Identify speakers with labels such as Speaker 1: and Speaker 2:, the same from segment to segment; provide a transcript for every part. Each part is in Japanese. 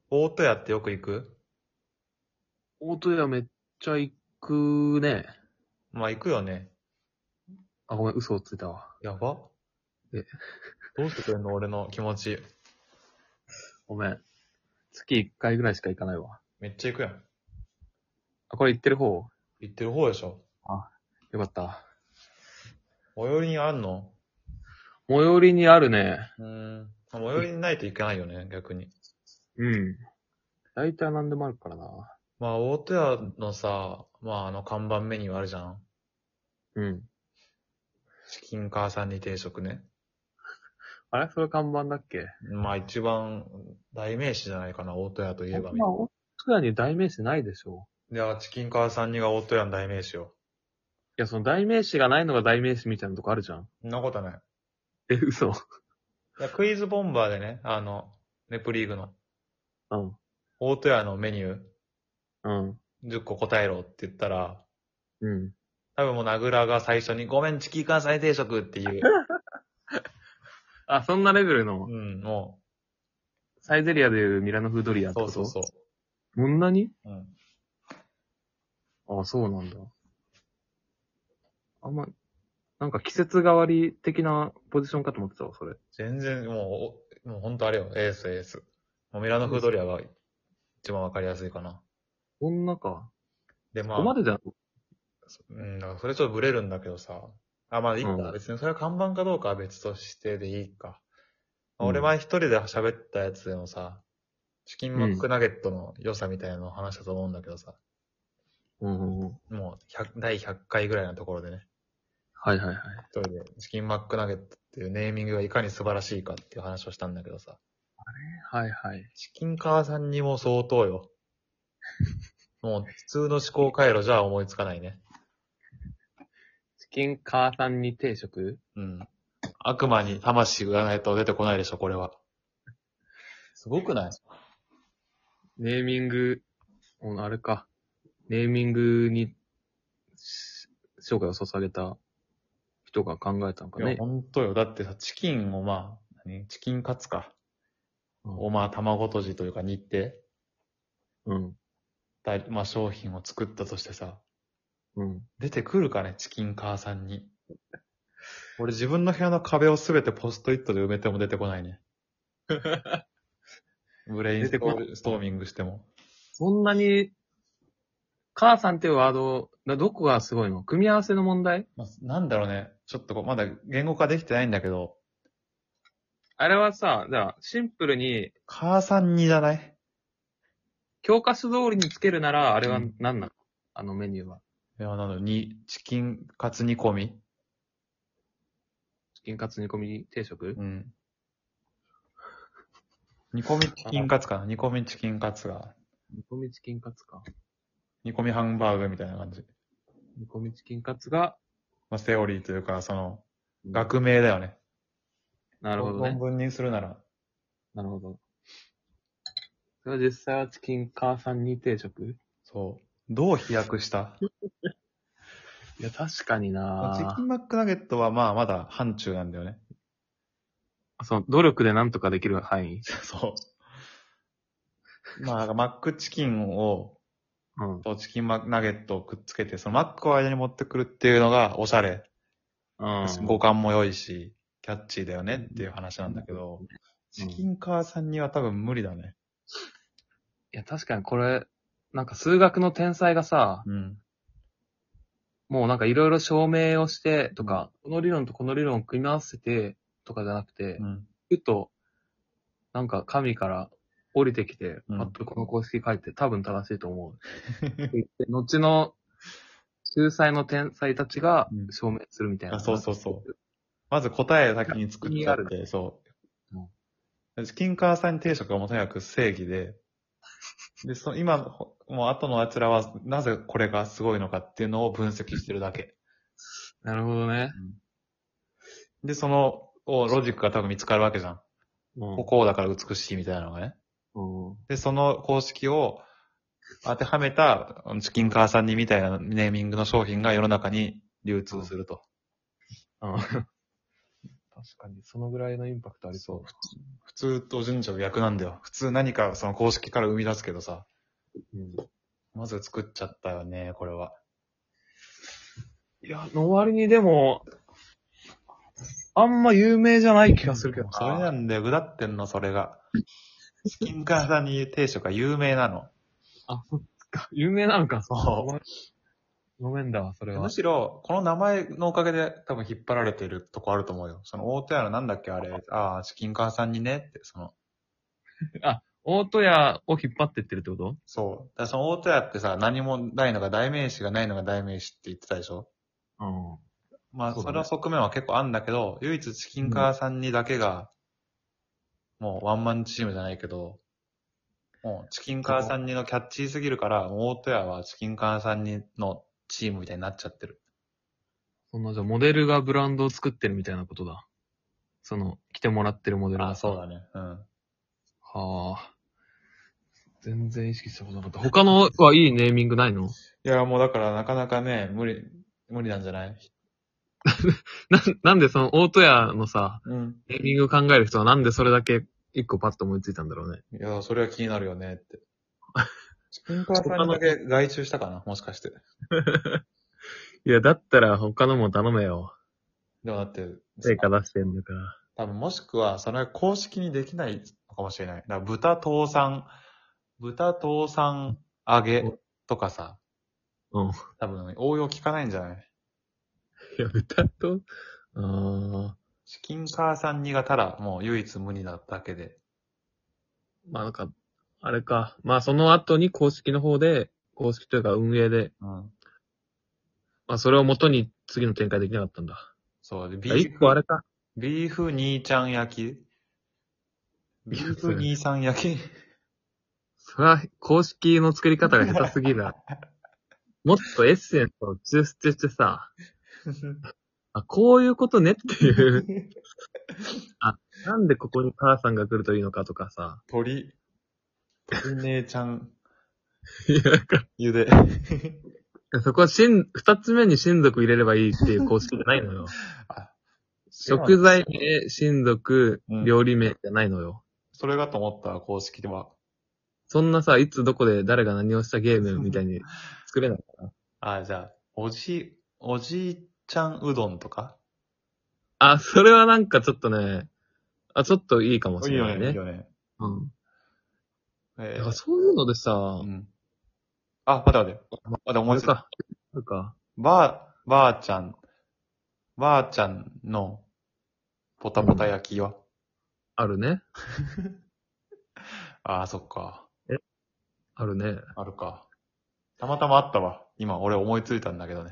Speaker 1: 大戸屋ってよく行く？
Speaker 2: 大戸屋めっちゃ行くね。
Speaker 1: まあ行くよね。
Speaker 2: あ、ごめん、嘘をついたわ。
Speaker 1: やば。
Speaker 2: え、
Speaker 1: どうしてくれんの俺の気持ち。
Speaker 2: ごめん。月1回ぐらいしか行かないわ。
Speaker 1: めっちゃ行くやん。
Speaker 2: あ、これ行ってる方？
Speaker 1: 行ってる方でしょ。
Speaker 2: あ、よかった。
Speaker 1: 最寄りにあんの？
Speaker 2: 最寄りにあるね。
Speaker 1: 最寄りにないといけないよね、逆に。
Speaker 2: うん。大体何でもあるからな。
Speaker 1: まあ大戸屋のさ、まあ看板メニューあるじゃん。
Speaker 2: うん。
Speaker 1: チキン母さんに定食ね。
Speaker 2: あれそれ看板だっけ？
Speaker 1: まあ一番代名詞じゃないかな、大戸屋といえばみたい
Speaker 2: 大戸屋に代名詞ないでしょ。
Speaker 1: な。いや、チキン母さんにが大戸屋の代名詞よ。
Speaker 2: いや、その代名詞がないのが代名詞みたいなとこあるじゃん。
Speaker 1: そんなことない。
Speaker 2: え、嘘。
Speaker 1: いや、クイズボンバーでね、ネプリーグの
Speaker 2: うん。
Speaker 1: 大戸屋のメニュー
Speaker 2: うん。
Speaker 1: 10個答えろって言ったら、
Speaker 2: うん。
Speaker 1: 多分もう名倉が最初にごめんチキン関西定食っていう。
Speaker 2: あ、そんなレベルの、
Speaker 1: うん、も
Speaker 2: サイゼリアでいうミラノ風ドリアっ
Speaker 1: う、
Speaker 2: てこと？
Speaker 1: そうそうそ
Speaker 2: そんなに？
Speaker 1: う。うん。
Speaker 2: あ、そうなんだ。あんま、なんか季節替わり的なポジションかと思ってたわ、それ。
Speaker 1: 全然もうほんとあれよ、エースエース。もうミラノ風ドリアが一番わかりやすいかな。
Speaker 2: そんなか。
Speaker 1: で、
Speaker 2: そこまでじゃん。
Speaker 1: だからそれちょっとブレるんだけどさ。あ、まあいいか。
Speaker 2: うん。
Speaker 1: 別にそれは看板かどうかは別としてでいいか。俺
Speaker 2: うん。
Speaker 1: 前一人で喋ったやつでもさ、チキンマック
Speaker 2: うん。
Speaker 1: ナゲットの良さみたいなのを話したと思うんだけどさ。
Speaker 2: うん。
Speaker 1: もう第100回ぐらいのところでね。
Speaker 2: はいはいはい。
Speaker 1: 一人でチキンマックナゲットっていうネーミングがいかに素晴らしいかっていう話をしたんだけどさ。
Speaker 2: はいはい。
Speaker 1: チキン母さんにも相当よ。もう普通の思考回路じゃ思いつかないね。
Speaker 2: チキン母さんに定食？
Speaker 1: うん。悪魔に魂がないと出てこないでしょ、これは。すごくない？
Speaker 2: ネーミング、あれか。ネーミングに生涯を捧げた人が考えたのか
Speaker 1: いや、
Speaker 2: ね。
Speaker 1: ほんとよ。だってさ、チキンをチキンカツか。
Speaker 2: うん
Speaker 1: を卵とじというか煮て、
Speaker 2: うん。
Speaker 1: 商品を作ったとしてさ、
Speaker 2: うん。
Speaker 1: 出てくるかね、チキン母さんに。俺自分の部屋の壁をすべてポストイットで埋めても出てこないね。ブレインスト
Speaker 2: 出てこない。
Speaker 1: ストーミングしても。
Speaker 2: そんなに、母さんっていうワード、どこがすごいの？組み合わせの問題？
Speaker 1: なんだろうね。ちょっとまだ言語化できてないんだけど、
Speaker 2: あれはさ、じゃあ、シンプルに、
Speaker 1: 母さんにじゃない？
Speaker 2: 教科書通りにつけるなら、あれは
Speaker 1: うん
Speaker 2: 何なの？あのメニューは。
Speaker 1: いや、チキンカツ煮込み。
Speaker 2: チキンカツ煮込み定食？
Speaker 1: うん。煮込みチキンカツかな。煮込みチキンカツが。
Speaker 2: 煮込みチキンカツか。
Speaker 1: 煮込みハンバーグみたいな感じ。
Speaker 2: 煮込みチキンカツが、
Speaker 1: セオリーというか、学名だよね。
Speaker 2: なるほどね。
Speaker 1: 論文にするなら。
Speaker 2: なるほど。それは実際はチキン母さんに定食？
Speaker 1: そう。どう飛躍した？
Speaker 2: いや、確かに
Speaker 1: チキン
Speaker 2: な
Speaker 1: マックナゲットはまだ範疇なんだよね。
Speaker 2: 努力でなんとかできる範囲。
Speaker 1: そう。マックチキン
Speaker 2: うん。
Speaker 1: とチキンマックナゲットをくっつけて、そのマックを間に持ってくるっていうのがおしゃれ。
Speaker 2: うん。
Speaker 1: 五感も良いし、キャッチーだよねっていう話なんだけど、チキン母さんには多分無理だね。
Speaker 2: いや、確かにこれ、なんか数学の天才がさ、
Speaker 1: うん。
Speaker 2: もうなんかいろいろ証明をしてとか、この理論とこの理論を組み合わせてとかじゃなくて、
Speaker 1: うん。
Speaker 2: ふと、なんか神から降りてきて、
Speaker 1: うん
Speaker 2: パッとこの公式書いて多分正しいと思う。後の秀才の天才たちが証明するみたいな。
Speaker 1: あ、そうそうそう。まず答え先に作っちゃって、そう。チキン母さんに定食はもうとにかく正義で、で、今、もう後の奴らはなぜこれがすごいのかっていうのを分析してるだけ。
Speaker 2: なるほどね。
Speaker 1: で、ロジックが多分見つかるわけじゃん。こうだから美しいみたいなのがね。で、その公式を当てはめたチキン母さんにみたいなネーミングの商品が世の中に流通すると。
Speaker 2: 確かに、そのぐらいのインパクトありそう。
Speaker 1: 普通と順序逆なんだよ。普通何かその公式から生み出すけどさ。
Speaker 2: うん。
Speaker 1: まず作っちゃったよね、これは。
Speaker 2: いや、の割にでも、あんま有名じゃない気がするけどな。
Speaker 1: それなんだよ、ぐだってんの、それが。チキンカーサニー定食が有名なの。
Speaker 2: あ、そっか。有名なのか、
Speaker 1: そう
Speaker 2: ごめんだわ、それは
Speaker 1: む。しろ、この名前のおかげで多分引っ張られてるとこあると思うよ。その大戸屋のなんだっけあれ、チキンカーさんにねって、
Speaker 2: あ、大戸屋を引っ張ってってるってこと？
Speaker 1: そう。だからその大戸屋ってさ、何もないのが代名詞がないのが代名詞って言ってたでしょ。
Speaker 2: うん。
Speaker 1: まあ、
Speaker 2: そうだね
Speaker 1: それは側面は結構あんだけど、唯一チキンカーさんにだけが、もうワンマンチームじゃないけど、もうチキンカーさんにのキャッチーすぎるから、もう大戸屋はチキンカーさんにのチームみたいになっちゃってる。
Speaker 2: そんな、じゃあモデルがブランドを作ってるみたいなことだ。その、来てもらってるモデルが。
Speaker 1: そうだね。うん。
Speaker 2: はあ。全然意識したことなかった。他のはいいネーミングないの？
Speaker 1: いや、もうだからなかなかね、無理なんじゃない？
Speaker 2: なんでその大戸屋のさ、
Speaker 1: うん。
Speaker 2: ネーミングを考える人はなんでそれだけ一個パッと思いついたんだろうね。
Speaker 1: いや、それは気になるよねって。チキンカーさんにだけ外注したかなもしかして。
Speaker 2: いや、だったら他のも頼めよ。
Speaker 1: でもだって、
Speaker 2: 成果出してんだから。
Speaker 1: 多分もしくは、それは公式にできないのかもしれない。だから豚倒産揚げとかさ、
Speaker 2: うん。
Speaker 1: 多分応用効かないんじゃない？
Speaker 2: いや、豚と、あ
Speaker 1: チキンカーさんにがただもう唯一無二なだけで。
Speaker 2: まあなんか、あれか。まあその後に公式の方で、公式というか運営で、
Speaker 1: うん。
Speaker 2: まあそれを元に次の展開できなかったんだ。
Speaker 1: そうで、
Speaker 2: 一個あれか。
Speaker 1: ビーフ兄ちゃん焼きビーフ兄さん焼き
Speaker 2: それは公式の作り方が下手すぎる。もっとエッセンスを抽出してさ、あ、こういうことねっていう。あ、なんでここに母さんが来るといいのかとかさ。
Speaker 1: 鳥姉ちゃん
Speaker 2: いや、なんか、
Speaker 1: 茹で。
Speaker 2: そこは二つ目に親族入れればいいっていう公式じゃないのよ。
Speaker 1: あ、
Speaker 2: 食材名、親族、
Speaker 1: うん
Speaker 2: 料理名じゃないのよ。
Speaker 1: それがと思った公式では。
Speaker 2: そんなさ、いつどこで誰が何をしたゲームみたいに作れないから。
Speaker 1: じゃあ、おじいちゃんうどんとか
Speaker 2: あ、それはなんかちょっとね、ちょっといいかもしれないね。
Speaker 1: いいよね。
Speaker 2: うん。
Speaker 1: え
Speaker 2: だからそういうのでさ、
Speaker 1: うん。待て。思いついた。
Speaker 2: あれか。なんか、
Speaker 1: ばあちゃんのポタポタ焼きは、
Speaker 2: あるね。
Speaker 1: そっか。
Speaker 2: あるね。
Speaker 1: あるか。たまたまあったわ。今、俺思いついたんだけどね。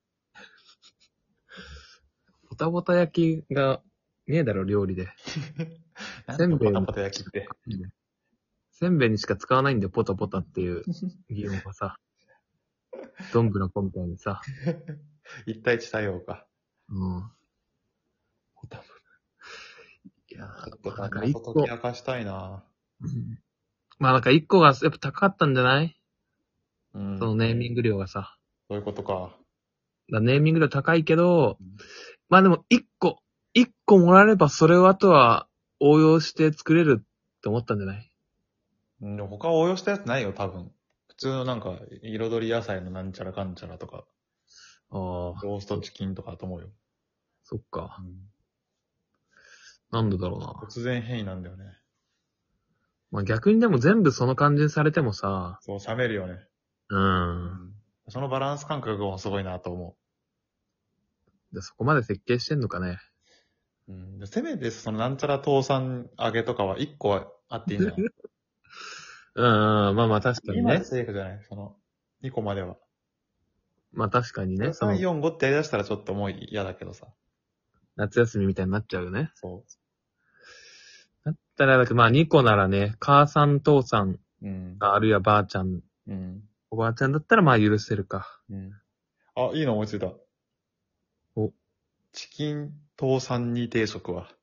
Speaker 2: ポタポタ焼きがねえだろ、料理で。せんべい
Speaker 1: ポタポタ焼きって。
Speaker 2: せんべいにしか使わないんだよ、ポタポタっていう擬音はさ。どんぶらこみたいにさ。
Speaker 1: 一対一対応か。
Speaker 2: うん。ポタポタ。いや
Speaker 1: ちょっと
Speaker 2: なんか
Speaker 1: 謎解き明かしたいな。
Speaker 2: まあなんか一個がやっぱ高かったんじゃない？
Speaker 1: うん。
Speaker 2: そのネーミング料がさ。
Speaker 1: そういうことか。
Speaker 2: ネーミング料高いけど、まあでも一個もらえればそれをあとは応用して作れるって思ったんじゃない？
Speaker 1: でも他応用したやつないよ、多分。普通のなんか、彩り野菜のなんちゃらかんちゃらとか、
Speaker 2: ああ、
Speaker 1: ローストチキンとかだと思うよ。
Speaker 2: そっか。
Speaker 1: うん
Speaker 2: なんでだろうな。
Speaker 1: 突然変異なんだよね。
Speaker 2: まあ逆にでも全部その感じにされてもさ、
Speaker 1: そう、冷めるよね。そのバランス感覚もすごいなと思
Speaker 2: でそこまで設計してんのかね。
Speaker 1: う。せめてそのなんちゃら倒産揚げとかは1個はあっていいんじゃない
Speaker 2: まあまあ確かにね
Speaker 1: 今で。セーフじゃないその2個までは。
Speaker 2: まあ確かにね。そ
Speaker 1: 3、
Speaker 2: の
Speaker 1: 4、5ってやりだしたらちょっともう嫌だけどさ。
Speaker 2: 夏休みみたいになっちゃうよね。
Speaker 1: そ
Speaker 2: だったら、まあ2個ならね、母さん父さん、
Speaker 1: う。
Speaker 2: あるいはばあちゃん、おばあちゃんだったらまあ許せるか。
Speaker 1: いいの思いついた。
Speaker 2: お。
Speaker 1: チキン倒産に定食は。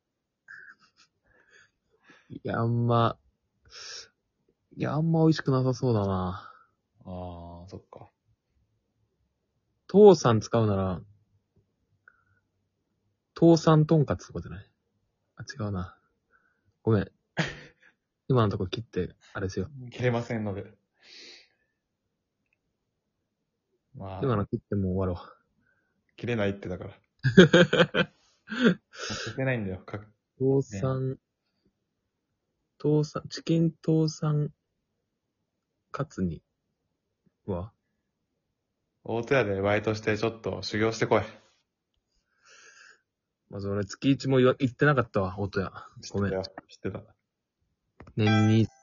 Speaker 2: いや、あんま美味しくなさそうだな。
Speaker 1: そっか。
Speaker 2: 父さん使うなら、父さんとんかつとかじゃない？ あ、違うな。ごめん。今のとこ切って、あれしよう。
Speaker 1: 切れませんので。まあ、
Speaker 2: 今の切ってもう終わろ
Speaker 1: 切れないってだから。
Speaker 2: う。
Speaker 1: 消せないんだよ。
Speaker 2: 倒産、チキン倒産カツには、
Speaker 1: 大戸屋でバイトしてちょっと修行してこい。
Speaker 2: まず俺月1も言ってなかったわ、音や。ごめん。
Speaker 1: 知ってた。
Speaker 2: 年に